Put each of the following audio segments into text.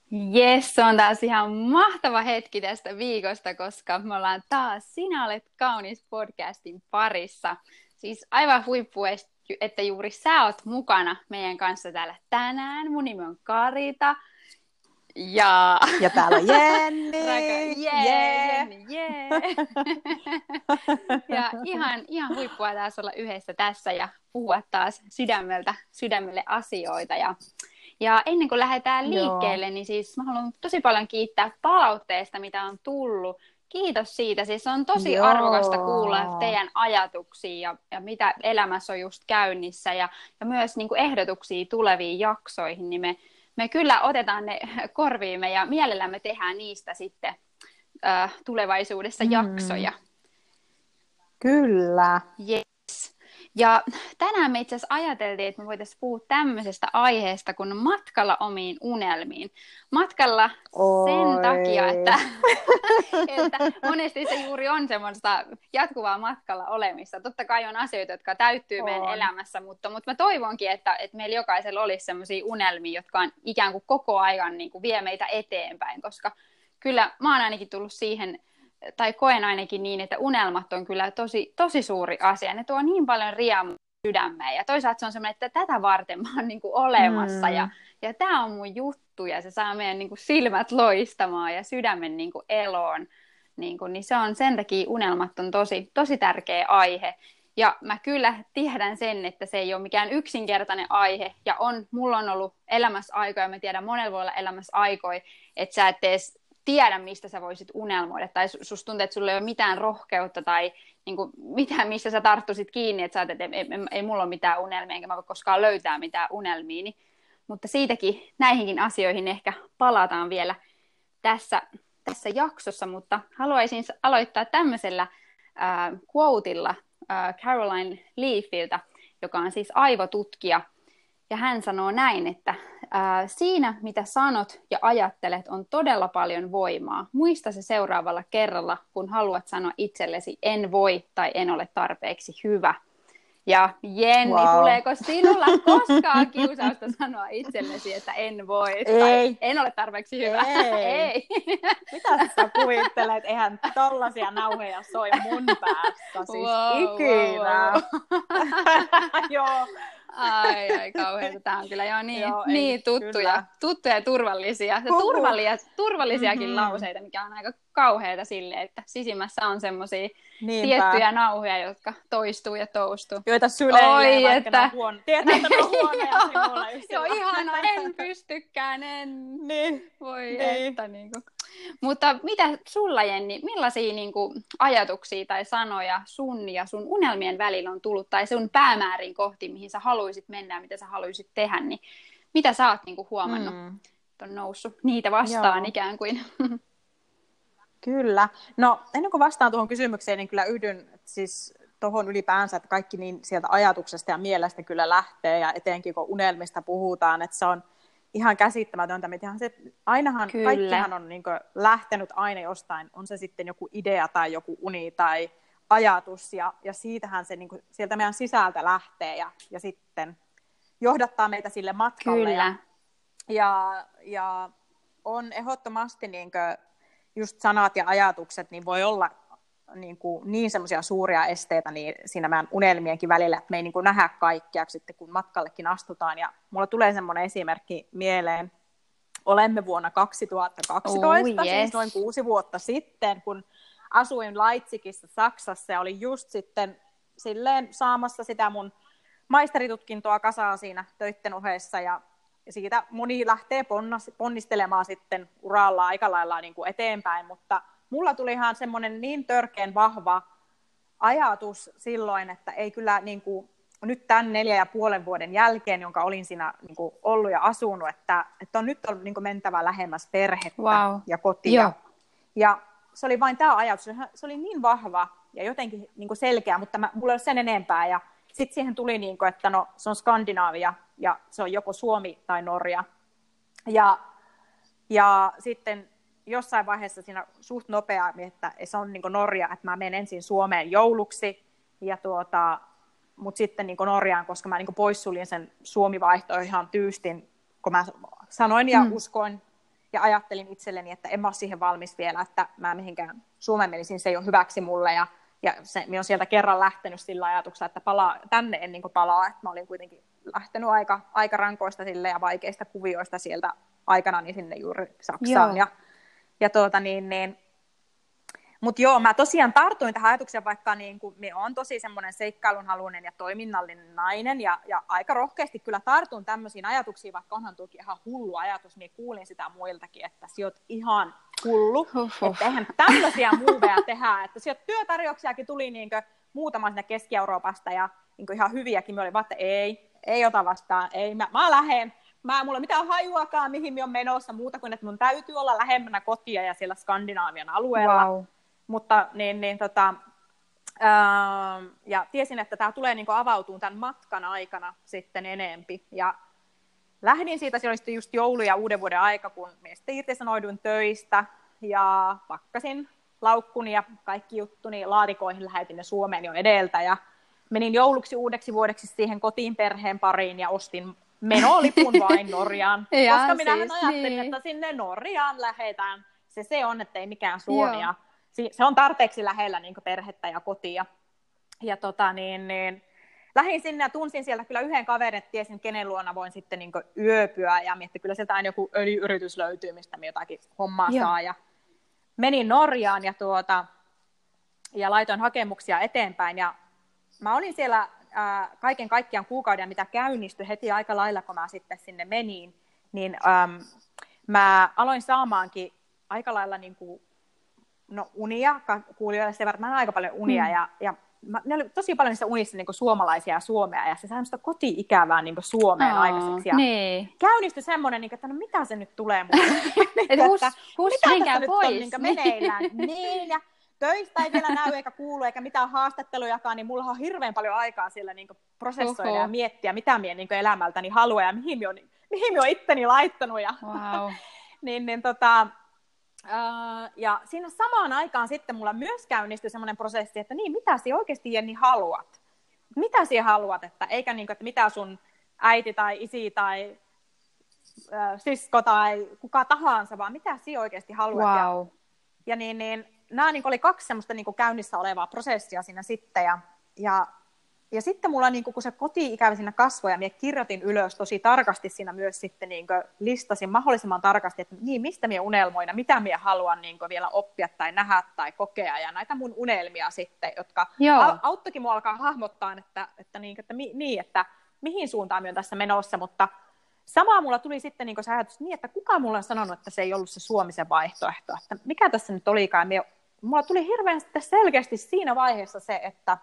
Jes, se on taas ihan mahtava hetki tästä viikosta, koska me ollaan taas Sinä olet kaunis podcastin parissa. Siis aivan huippu, että juuri sä oot mukana meidän kanssa täällä tänään. Mun nimi on Karita ja Ja täällä on Raka, Jenni. Yeah. Jenni, Ja ihan huippua taas olla yhdessä tässä ja puhua taas sydämelle asioita. Ja ennen kuin lähdetään Joo. liikkeelle, niin siis mä haluan tosi paljon kiittää palautteesta, mitä on tullut. Kiitos siitä. Siis on tosi arvokasta kuulla Joo. teidän ajatuksia ja mitä elämässä on just käynnissä ja myös niin kuin ehdotuksia tuleviin jaksoihin, niin me kyllä otetaan ne korviimme ja mielellämme tehdään niistä sitten tulevaisuudessa jaksoja. Kyllä. Yes. Ja tänään me itse asiassa ajateltiin, että me voitaisiin puhua tämmöisestä aiheesta kuin matkalla omiin unelmiin. Matkalla sen takia, että monesti se juuri on semmoista jatkuvaa matkalla olemista. Totta kai on asioita, jotka täyttyy meidän elämässä, mutta mä toivonkin, että meillä jokaisella olisi semmoisia unelmia, jotka on ikään kuin koko ajan niin kuin vie meitä eteenpäin, koska kyllä mä oon ainakin tullut siihen, tai koen ainakin niin, että unelmat on kyllä tosi suuri asia. Ne tuo niin paljon riemua sydämeen. Ja toisaalta se on semmoinen, että tätä varten mä oon niin kuin olemassa. Ja tämä on mun juttu. Ja se saa meidän niin kuin silmät loistamaan ja sydämen niin kuin eloon. Niin se on sen takia unelmat on tosi tärkeä aihe. Ja mä kyllä tiedän sen, että se ei ole mikään yksinkertainen aihe. Ja mulla on ollut elämässä aikoja, mä tiedän monella voi olla elämässä aikoja, että sä et edes tiedä, mistä sä voisit unelmoida, tai susta tuntuu, että sulla ei ole mitään rohkeutta, tai niin kuin, mitään, missä sä tarttuisit kiinni, että sä ajattelet, että ei mulla ole mitään unelmia, enkä mä voi koskaan löytää mitään unelmia, mutta siitäkin näihinkin asioihin ehkä palataan vielä tässä jaksossa, mutta haluaisin aloittaa tämmöisellä quoteilla Caroline Leafiltä, joka on siis aivotutkija, ja hän sanoo näin, että siinä, mitä sanot ja ajattelet, on todella paljon voimaa. Muista se seuraavalla kerralla, kun haluat sanoa itsellesi en voi tai en ole tarpeeksi hyvä. Ja Jenni, tuleeko sinulla koskaan kiusausta sanoa itsellesi, että en voi tai en ole tarpeeksi hyvä? Ei. Mitä sä kuvittelet? Eihän tollaisia nauheja soi mun päässä siis ikinä. Joo. Ai kauheeta. Tämä on kyllä jo niin tuttuja ja turvallisia. Ja turvallisiakin lauseita, mikä on aika kauheita silleen, että sisimmässä on semmoisia tiettyjä nauhoja, jotka toistuu ja toustuu. Joita syleilee, vaikka ne on huono. Tietää, että ne on huonoja sinulle. Joo, ihana, en pystykään, Niin. Voi että niinku. Mutta mitä sulla, Jenni, millaisia niinku ajatuksia tai sanoja sun ja sun unelmien välillä on tullut, tai sun päämäärin kohti, mihin sä haluaisit mennä ja mitä sä haluaisit tehdä, niin mitä sä oot niinku huomannut, että on noussut niitä vastaan ikään kuin? Kyllä. No ennen kuin vastaan tuohon kysymykseen, niin kyllä yhdyn siis tuohon ylipäänsä, että kaikki niin sieltä ajatuksesta ja mielestä kyllä lähtee, ja etenkin kun unelmista puhutaan, että se on ihan käsittämätöntä. Ainahan, kaikkihan on niin kuin lähtenyt aina jostain, on se sitten joku idea tai joku uni tai ajatus, ja siitähän se niin kuin, sieltä meidän sisältä lähtee ja sitten johdattaa meitä sille matkalle. Kyllä. Ja on ehdottomasti niin kuin just sanat ja ajatukset, niin voi olla niin semmoisia suuria esteitä siinä meidän unelmienkin välillä, että me ei niin kuin nähdä kaikkea sitten, kun matkallekin astutaan. Ja mulla tulee semmoinen esimerkki mieleen. Olemme vuonna 2012, siis noin 6 vuotta sitten, kun asuin Leipzigissä Saksassa ja olin just sitten silleen saamassa sitä mun maisteritutkintoa kasaan siinä töitten ohessa, ja siitä moni lähtee ponnistelemaan sitten uralla aika lailla niin kuin eteenpäin, mutta mulla tuli ihan semmoinen niin törkeän vahva ajatus silloin, että ei kyllä niin kuin, nyt tämän 4,5 vuoden jälkeen, jonka olin siinä niin kuin ollut ja asunut, että on nyt on niin kuin mentävä lähemmäs perhettä ja kotia. Ja se oli vain tämä ajatus, se oli niin vahva ja jotenkin niin kuin selkeä, mutta mulla ei ole sen enempää. Ja sitten siihen tuli, niin kuin, että no, se on Skandinaavia ja se on joko Suomi tai Norja. Ja sitten jossain vaiheessa siinä suht nopeaa, että se on niin kuin Norja, että mä menen ensin Suomeen jouluksi, mutta sitten niin kuin Norjaan, koska mä niin kuin poissuljin sen Suomi-vaihtoon ihan tyystin, kun mä sanoin ja uskoin ja ajattelin itselleni, että en mä ole siihen valmis vielä, että mä mihinkään Suomeen menisin, se ei ole hyväksi mulle, ja minä olen sieltä kerran lähtenyt sillä ajatuksella, että tänne en niin kuin palaa, että mä olin kuitenkin lähtenyt aika rankoista sille ja vaikeista kuvioista sieltä aikanaan sinne juuri Saksaan. Mutta joo, mä tosiaan tartuin tähän ajatukseen, vaikka niin kuin, minä olen tosi semmoinen seikkailunhaluinen ja toiminnallinen nainen, ja aika rohkeasti kyllä tartun tämmöisiin ajatuksiin, vaikka onhan toki ihan hullu ajatus, niin kuulin sitä muiltakin, että sä oot ihan hullu, että eihän tämmöisiä muuveja tehdä, että sieltä työtarjouksiakin tuli niin kuin muutama sinne Keski-Euroopasta ja niin kuin ihan hyviäkin, me olin vaan, että ei ota vastaan, ei, mä lähden. Mulla ei ole mitään hajuakaan, mihin minä olen menossa, muuta kuin, että mun täytyy olla lähemmänä kotia ja siellä Skandinaavian alueella. Wow. Mutta ja tiesin, että tämä tulee niin kuin avautumaan tämän matkan aikana sitten enempi. Ja lähdin siitä, se oli sitten just joulu- ja uuden vuoden aika, kun minä sitten irtisanouduin töistä ja pakkasin laukkuni ja kaikki juttuni laatikoihin, lähetin ne Suomeen jo edeltä ja menin jouluksi uudeksi vuodeksi siihen kotiin perheen pariin ja ostin menolipun vain Norjaan, koska minähän ajattelin, että sinne Norjaan lähdetään. Se on, että ei mikään Suomi. Ja se on tarpeeksi lähellä niin kuin perhettä ja kotia. Ja lähdin sinne ja tunsin sieltä kyllä yhden kaverin, että tiesin, kenen luona voin sitten niin kuin yöpyä. Ja miettii, kyllä sieltä aina joku öljyyritys löytyy, mistä me jotakin hommaa saa. Ja menin Norjaan ja laitoin hakemuksia eteenpäin. Ja mä olin siellä kaiken kaikkiaan kuukauden, mitä käynnistyi heti aika lailla, kun mä sitten sinne menin. Niin mä aloin saamaankin aika lailla niin kuin, unia, kuulijoille se varmaan aika paljon unia, ja ne oli tosi paljon niissä unissa niin kuin suomalaisia ja Suomea, ja se sai sitä koti-ikävää niin kuin Suomeen aikaiseksi. Ja käynnistyi semmoinen, niin kuin, että no mitä se nyt tulee mulle? Mitä tässä nyt on niin kuin meneillään? Niin, ja töistä ei vielä näy eikä kuulu, eikä mitään haastattelujakaan, niin mulla on hirveän paljon aikaa siellä niin kuin prosessoida ja miettiä, mitä minä niin kuin elämältäni haluan, ja mihin minä olen itteni laittanut. Ja wow. Ja siinä samaan aikaan sitten mulla myös käynnistyi semmoinen prosessi, että niin, mitä sinä oikeasti, Jenni, haluat? Mitä sinä haluat, eikä niin kuin, että mitä sun äiti tai isi tai sisko tai kuka tahansa, vaan mitä sinä oikeasti haluat. Wow. Ja nämä niin oli kaksi semmoista niin kuin käynnissä olevaa prosessia siinä sitten. Ja sitten mulla, niin kun se koti-ikävä siinä kasvoi, ja minä kirjoitin ylös tosi tarkasti siinä myös sitten, niin listasin mahdollisimman tarkasti, että niin, mistä minä unelmoin, mitä minä haluan niin vielä oppia tai nähdä tai kokea, ja näitä mun unelmia sitten, jotka auttoikin mua alkaa hahmottaa, että mihin suuntaan minä olen tässä menossa, mutta samaa mulla tuli sitten niin se ajatus niin, että kuka mulla on sanonut, että se ei ollut se Suomi se vaihtoehto, että mikä tässä nyt olikaan, mulla tuli hirveän sitten selkeästi siinä vaiheessa se, että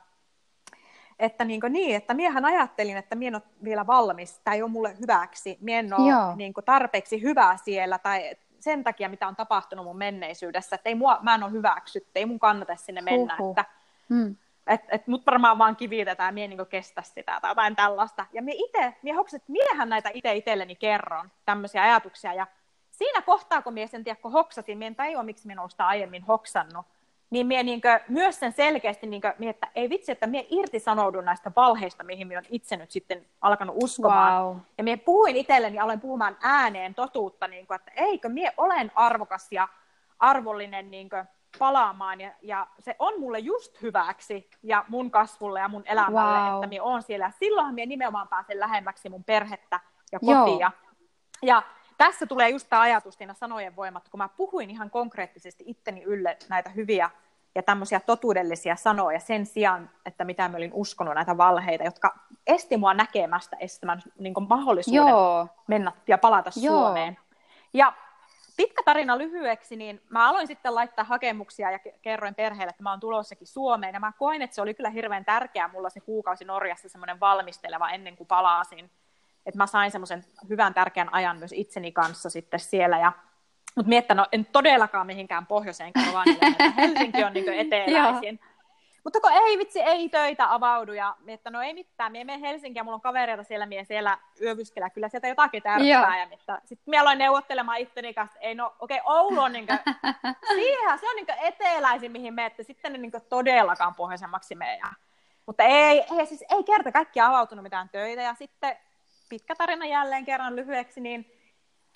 miehän ajattelin, että mie en ole vielä valmis, tämä ei ole mulle hyväksi, mie en ole niin kuin tarpeeksi hyvä siellä, tai sen takia, mitä on tapahtunut mun menneisyydessä, että mä en ole hyväksytty, ei mun kannata sinne mennä, että mut varmaan vaan kivitetään, ja mie en niin kuin kestä sitä, tai jotain tällaista. Ja mie hoksin, että miehän näitä itselleni kerron, tämmöisiä ajatuksia, ja siinä kohtaa, kun mie sen tiedä, kun hoksasin, mie en tajua, miksi mie en ole sitä aiemmin hoksannut, niin minä myös sen selkeästi, että ei vitsi, että minä irtisanoudun näistä valheista, mihin minä olen itse nyt sitten alkanut uskomaan. Wow. Ja minä puhuin itselleni ja aloin puhumaan ääneen totuutta, että eikö minä olen arvokas ja arvollinen palaamaan. Ja se on mulle just hyväksi ja mun kasvulle ja mun elämälle, että minä olen siellä. Silloinhan minä nimenomaan pääsen lähemmäksi mun perhettä ja kotia. Ja tässä tulee just tämä ajatus siinä sanojen voimat, kun mä puhuin ihan konkreettisesti itteni ylle näitä hyviä ja tämmöisiä totuudellisia sanoja sen sijaan, että mitä mä olin uskonut näitä valheita, jotka esti mua näkemästä tämän niin kuin mahdollisuuden mennä ja palata Suomeen. Ja pitkä tarina lyhyeksi, niin mä aloin sitten laittaa hakemuksia ja kerroin perheelle, että mä oon tulossakin Suomeen. Ja mä koin, että se oli kyllä hirveän tärkeää mulla se kuukausi Norjassa semmoinen valmisteleva ennen kuin palasin. Että mä sain semmoisen hyvän tärkeän ajan myös itseni kanssa sitten siellä. Mutta miettä, en todellakaan mihinkään pohjoiseen Rovaniemelle, että Helsinki on niin eteläisin. Mutta kun ei vitsi, ei töitä avaudu ja miettä, ei mitään, mie menen Helsinkiin ja mulla on kavereita siellä, mie siellä yövyskellä, kyllä sieltä jotakin tärkeää. Ja sitten mie aloin neuvottelemaan itteni kanssa, että Oulu on siihen, se on eteläisin, mihin menette, sitten ne todellakaan pohjoisemmaksi mene. Mutta ei kerta kaikkiaan avautunut mitään töitä ja sitten pitkä tarina jälleen kerran lyhyeksi, niin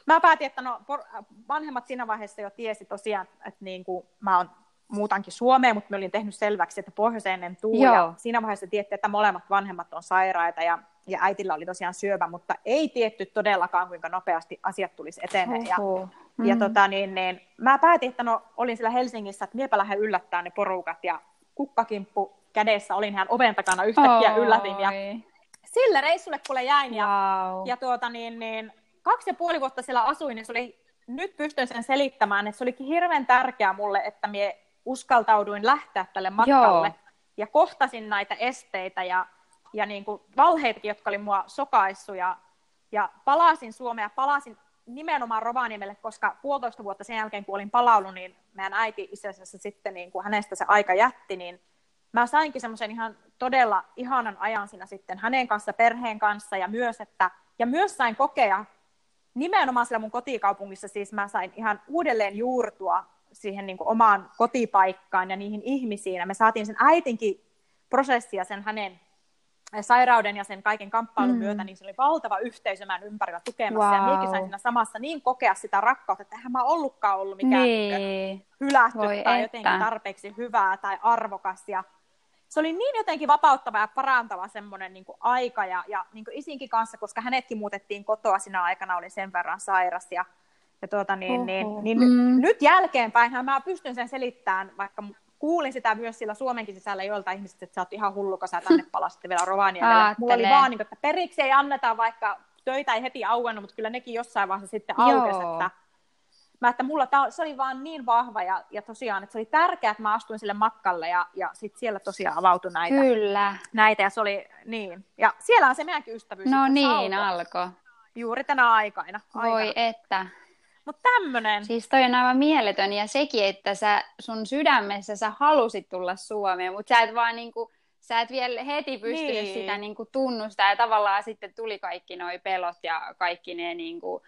mä päätin, että vanhemmat siinä vaiheessa jo tiesi tosiaan, että niin kuin mä muutankin Suomeen, mutta mä olin tehnyt selväksi, että pohjoiseen en tuu. Ja siinä vaiheessa tietty, että molemmat vanhemmat on sairaita ja äitillä oli tosiaan syöpä, mutta ei tietty todellakaan, kuinka nopeasti asiat tulisi eteneen. Ja mä päätin, että olin siellä Helsingissä, että miepä lähden yllättämään ne porukat ja kukkakimppu kädessä olin hän oven takana yhtäkkiä yllätin. Ja sille reissulle kuule jäin. Wow. Ja 2,5 vuotta siellä asuin, niin se oli, nyt pystyn sen selittämään, että se olikin hirveän tärkeää mulle, että mie uskaltauduin lähteä tälle matkalle. Ja kohtasin näitä esteitä ja niin kuin valheitakin, jotka oli mua sokaissut. Ja palasin Suomeen ja palasin nimenomaan Rovaniemelle, koska 1,5 vuotta sen jälkeen, kun olin palannut, niin meidän äiti itse asiassa sitten, niin kun hänestä se aika jätti, niin mä sainkin semmoisen ihan todella ihanan ajan siinä sitten hänen kanssa, perheen kanssa, ja myös sain kokea nimenomaan siellä mun kotikaupungissa, siis mä sain ihan uudelleen juurtua siihen niin kuin omaan kotipaikkaan ja niihin ihmisiin, ja me saatiin sen äitinkin prosessia sen hänen sairauden ja sen kaiken kamppailun myötä, niin se oli valtava yhteisö mä ympärillä tukemassa, ja minäkin sain siinä samassa niin kokea sitä rakkautta, että eihän mä ollutkaan ollut mikään hylätty tai jotenkin tarpeeksi hyvää tai arvokas, ja se oli niin jotenkin vapauttava ja parantava semmoinen niin kuin aika, ja niin kuin isinkin kanssa, koska hänetkin muutettiin kotoa siinä aikana, oli sen verran sairas, ja nyt jälkeenpäinhän mä pystyn sen selittämään, vaikka kuulin sitä myös sillä Suomenkin sisällä joilta ihmiset, että sä oot ihan hullu, kun sä tänne palasit vielä Rovaniemelle. Mulla oli vaan, niin, että periksi ei anneta, vaikka töitä ei heti auennut, mutta kyllä nekin jossain vaiheessa sitten aukesi, että mulla se oli vaan niin vahva ja tosiaan, että se oli tärkeää, että mä astuin sille matkalle ja sitten siellä tosiaan avautui näitä ja se oli niin. Ja siellä on se meidänkin ystävyys. No niin, alkoi. Juuri tänä aikana. Voi että. Mutta tämmönen. Siis toi on aivan mieletön ja sekin, että sun sydämessä sä halusit tulla Suomeen, mutta sä et vielä heti pystynyt sitä niinku tunnustaa ja tavallaan sitten tuli kaikki noi pelot ja kaikki ne niinku,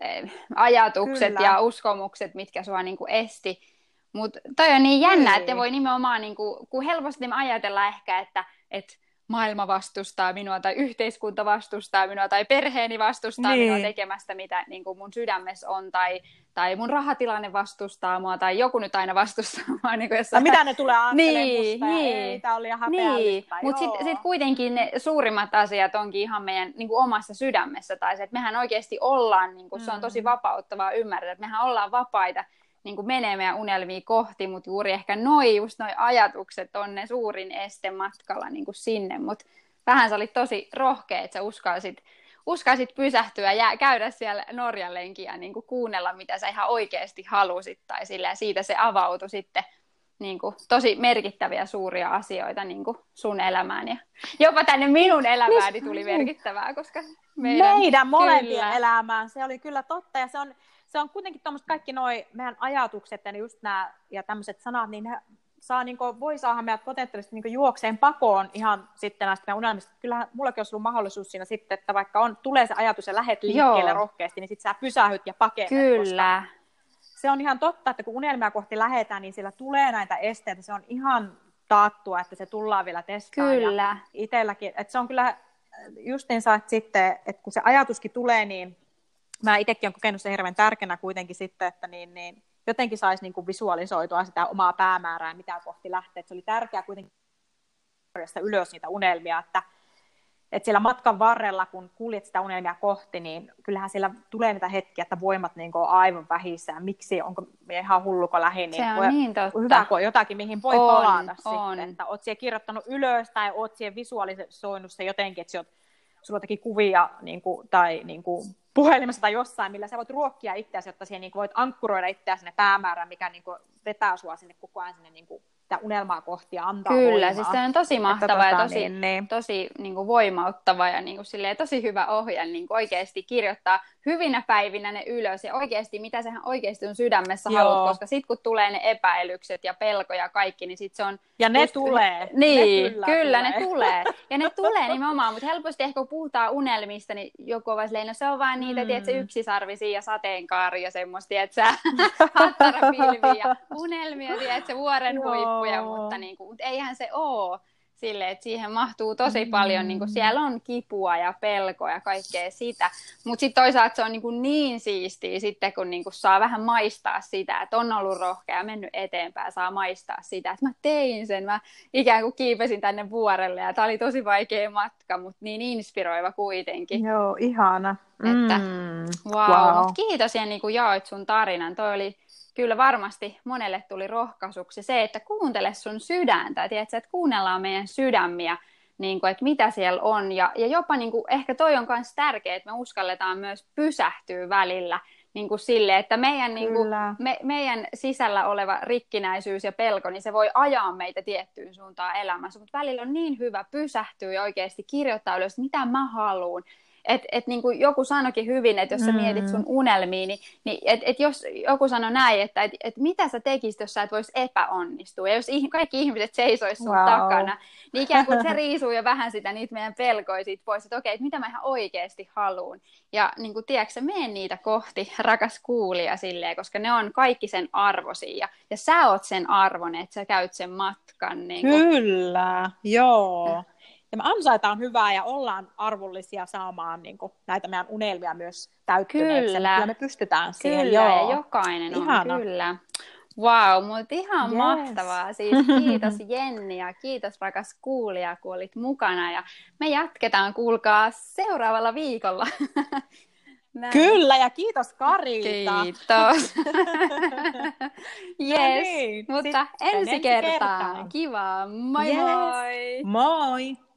ajatukset ja uskomukset, mitkä sua niinku esti. Mutta toi on niin jännä, että voi nimenomaan, niinku, kun helposti me ajatellaan ehkä, että maailma vastustaa minua tai yhteiskunta vastustaa minua tai perheeni vastustaa minua tekemästä, mitä niin kuin mun sydämessä on, tai mun rahatilanne vastustaa mua, tai joku nyt aina vastustaa mua. Niin jossain... mitä ne tulee ajattelemaan musta, ei, tää oli ihan häpeällistä. Mutta sitten kuitenkin ne suurimmat asiat onkin ihan meidän niin kuin omassa sydämessä, tai se, että mehän oikeasti ollaan, niin kuin, se on tosi vapauttavaa ymmärtää, että mehän ollaan vapaita, niin kuin menee meidän unelmia kohti, mutta juuri ehkä just noi ajatukset on ne suurin este matkalla niin kuin sinne, mutta vähän sä olit tosi rohkea, että sä uskalsit pysähtyä ja käydä siellä Norjallenkin ja niin kuin kuunnella, mitä sä ihan oikeasti halusit, tai sillä siitä se avautui sitten niin kuin tosi merkittäviä suuria asioita niin kuin sun elämään ja jopa tänne minun elämääni tuli merkittävää, koska meidän molempien elämään se oli kyllä totta ja se on kuitenkin tuommoiset kaikki noi meidän ajatukset ja just nämä ja tämmöiset sanat, niin ne saa, niin kuin, voi saada meidät potentiaalisesti niin juokseen pakoon ihan sitten näistä meidän unelmista. Kyllähän mullakin olisi ollut mahdollisuus siinä sitten, että vaikka tulee se ajatus ja lähet liikkeelle rohkeasti, niin sitten sä pysähyt ja pakenet. Kyllä. Se on ihan totta, että kun unelmia kohti lähdetään, niin siellä tulee näitä esteitä. Se on ihan taattua, että se tullaan vielä testaamaan. Kyllä. Ja itselläkin, että se on kyllä justiinsa, että sitten, että kun se ajatuskin tulee, niin mä itsekin olen kokenut sen hirveän tärkeänä kuitenkin sitten, että niin jotenkin saisi niin kuin visualisoitua sitä omaa päämäärää, mitä kohti lähtee. Että se oli tärkeää kuitenkin ylös niitä unelmia, että siellä matkan varrella, kun kuljet sitä unelmia kohti, niin kyllähän siellä tulee niitä hetkiä, että voimat niin kuin on aivan vähissä. Ja miksi, onko ihan hulluko lähin, niin, hyvä, kun on jotakin, mihin voi palata sitten. Että oot siellä kirjoittanut ylös tai oot siellä visualisoinut se jotenkin, että sulla on jotakin kuvia niin kuin, tai niin kuin puhelimessa tai jossain, millä sä voit ruokkia itseäsi, jotta siihen niin voit ankkuroida itseäsi sinne päämäärään, mikä niin kuin vetää sua sinne koko ajan sinne niin kuin unelmaa kohti ja antaa Kyllä, voimaa. Siis se on tosi mahtava ja tosi niin kuin voimauttava ja niin kuin silleen, tosi hyvä ohje niin kuin oikeasti kirjoittaa hyvinä päivinä ne ylös ja oikeasti, mitä sähän oikeasti on sydämessä haluat, koska sitten kun tulee ne epäilykset ja pelko ja kaikki, niin sitten se on... Ja ne tulee. Niin, kyllä ne tulee. Ja ne tulee nimenomaan, mutta helposti ehkä kun puhutaan unelmista, niin joku on silleen, no se on vaan niitä, tiedätkö, yksisarvisia ja sateenkaari ja semmoista, tiedätkö, hattarapilviä ja unelmia, tiedätkö, vuoren huippuja, mutta eihän se ole. Sille, että siihen mahtuu tosi paljon, niin kuin siellä on kipua ja pelkoa ja kaikkea sitä, mutta sitten toisaalta se on niin siistiä sitten, kun niin kuin saa vähän maistaa sitä, että on ollut rohkea ja mennyt eteenpäin, saa maistaa sitä, että mä tein sen, mä ikään kuin kiipesin tänne vuorelle ja tää oli tosi vaikea matka, mutta niin inspiroiva kuitenkin. Joo, ihana. Että, wow. Mut kiitos Jenni, kun jaoit sun tarinan, toi oli kyllä varmasti monelle tuli rohkaisuksi se, että kuuntele sun sydäntä, tiedätkö, että kuunnellaan meidän sydämiä, niin kuin, että mitä siellä on. Ja jopa niin kuin, ehkä toi on myös tärkeää, että me uskalletaan myös pysähtyä välillä niin kuin sille, että meidän, niin kuin, meidän sisällä oleva rikkinäisyys ja pelko, niin se voi ajaa meitä tiettyyn suuntaan elämässä, mutta välillä on niin hyvä pysähtyä ja oikeasti kirjoittaa ylös, mitä mä haluan. Et niin kuin joku sanoikin hyvin, että jos sä mietit sun unelmia, niin et jos joku sanoi näin, että et mitä sä tekisit, jos sä et vois epäonnistua. Ja jos kaikki ihmiset seisois sun takana, niin ikään kuin se riisuu jo vähän sitä niitä meidän pelkoja siitä pois, että okei, että mitä mä ihan oikeasti haluan. Ja niin kuin, tiedätkö, sä mene niitä kohti, rakas kuulija, silleen, koska ne on kaikki sen arvoisia. Ja sä oot sen arvoinen, että sä käyt sen matkan. Niin kuin. Kyllä, joo. Ja me ansaitaan hyvää ja ollaan arvollisia saamaan niin kuin, näitä meidän unelmia myös täyttyneeksi. Kyllä me pystytään siihen. Kyllä, joo. Ja jokainen ihana. On, kyllä. Wow, mutta ihan mahtavaa. Siis kiitos Jenni ja kiitos rakas kuulija, kun olit mukana. Ja me jatketaan, kuulkaa, seuraavalla viikolla. Näin. Kyllä, ja kiitos Karilta. Kiitos. Yes, no niin, mutta ensi kertaan. Kiva. Moi moi. Moi.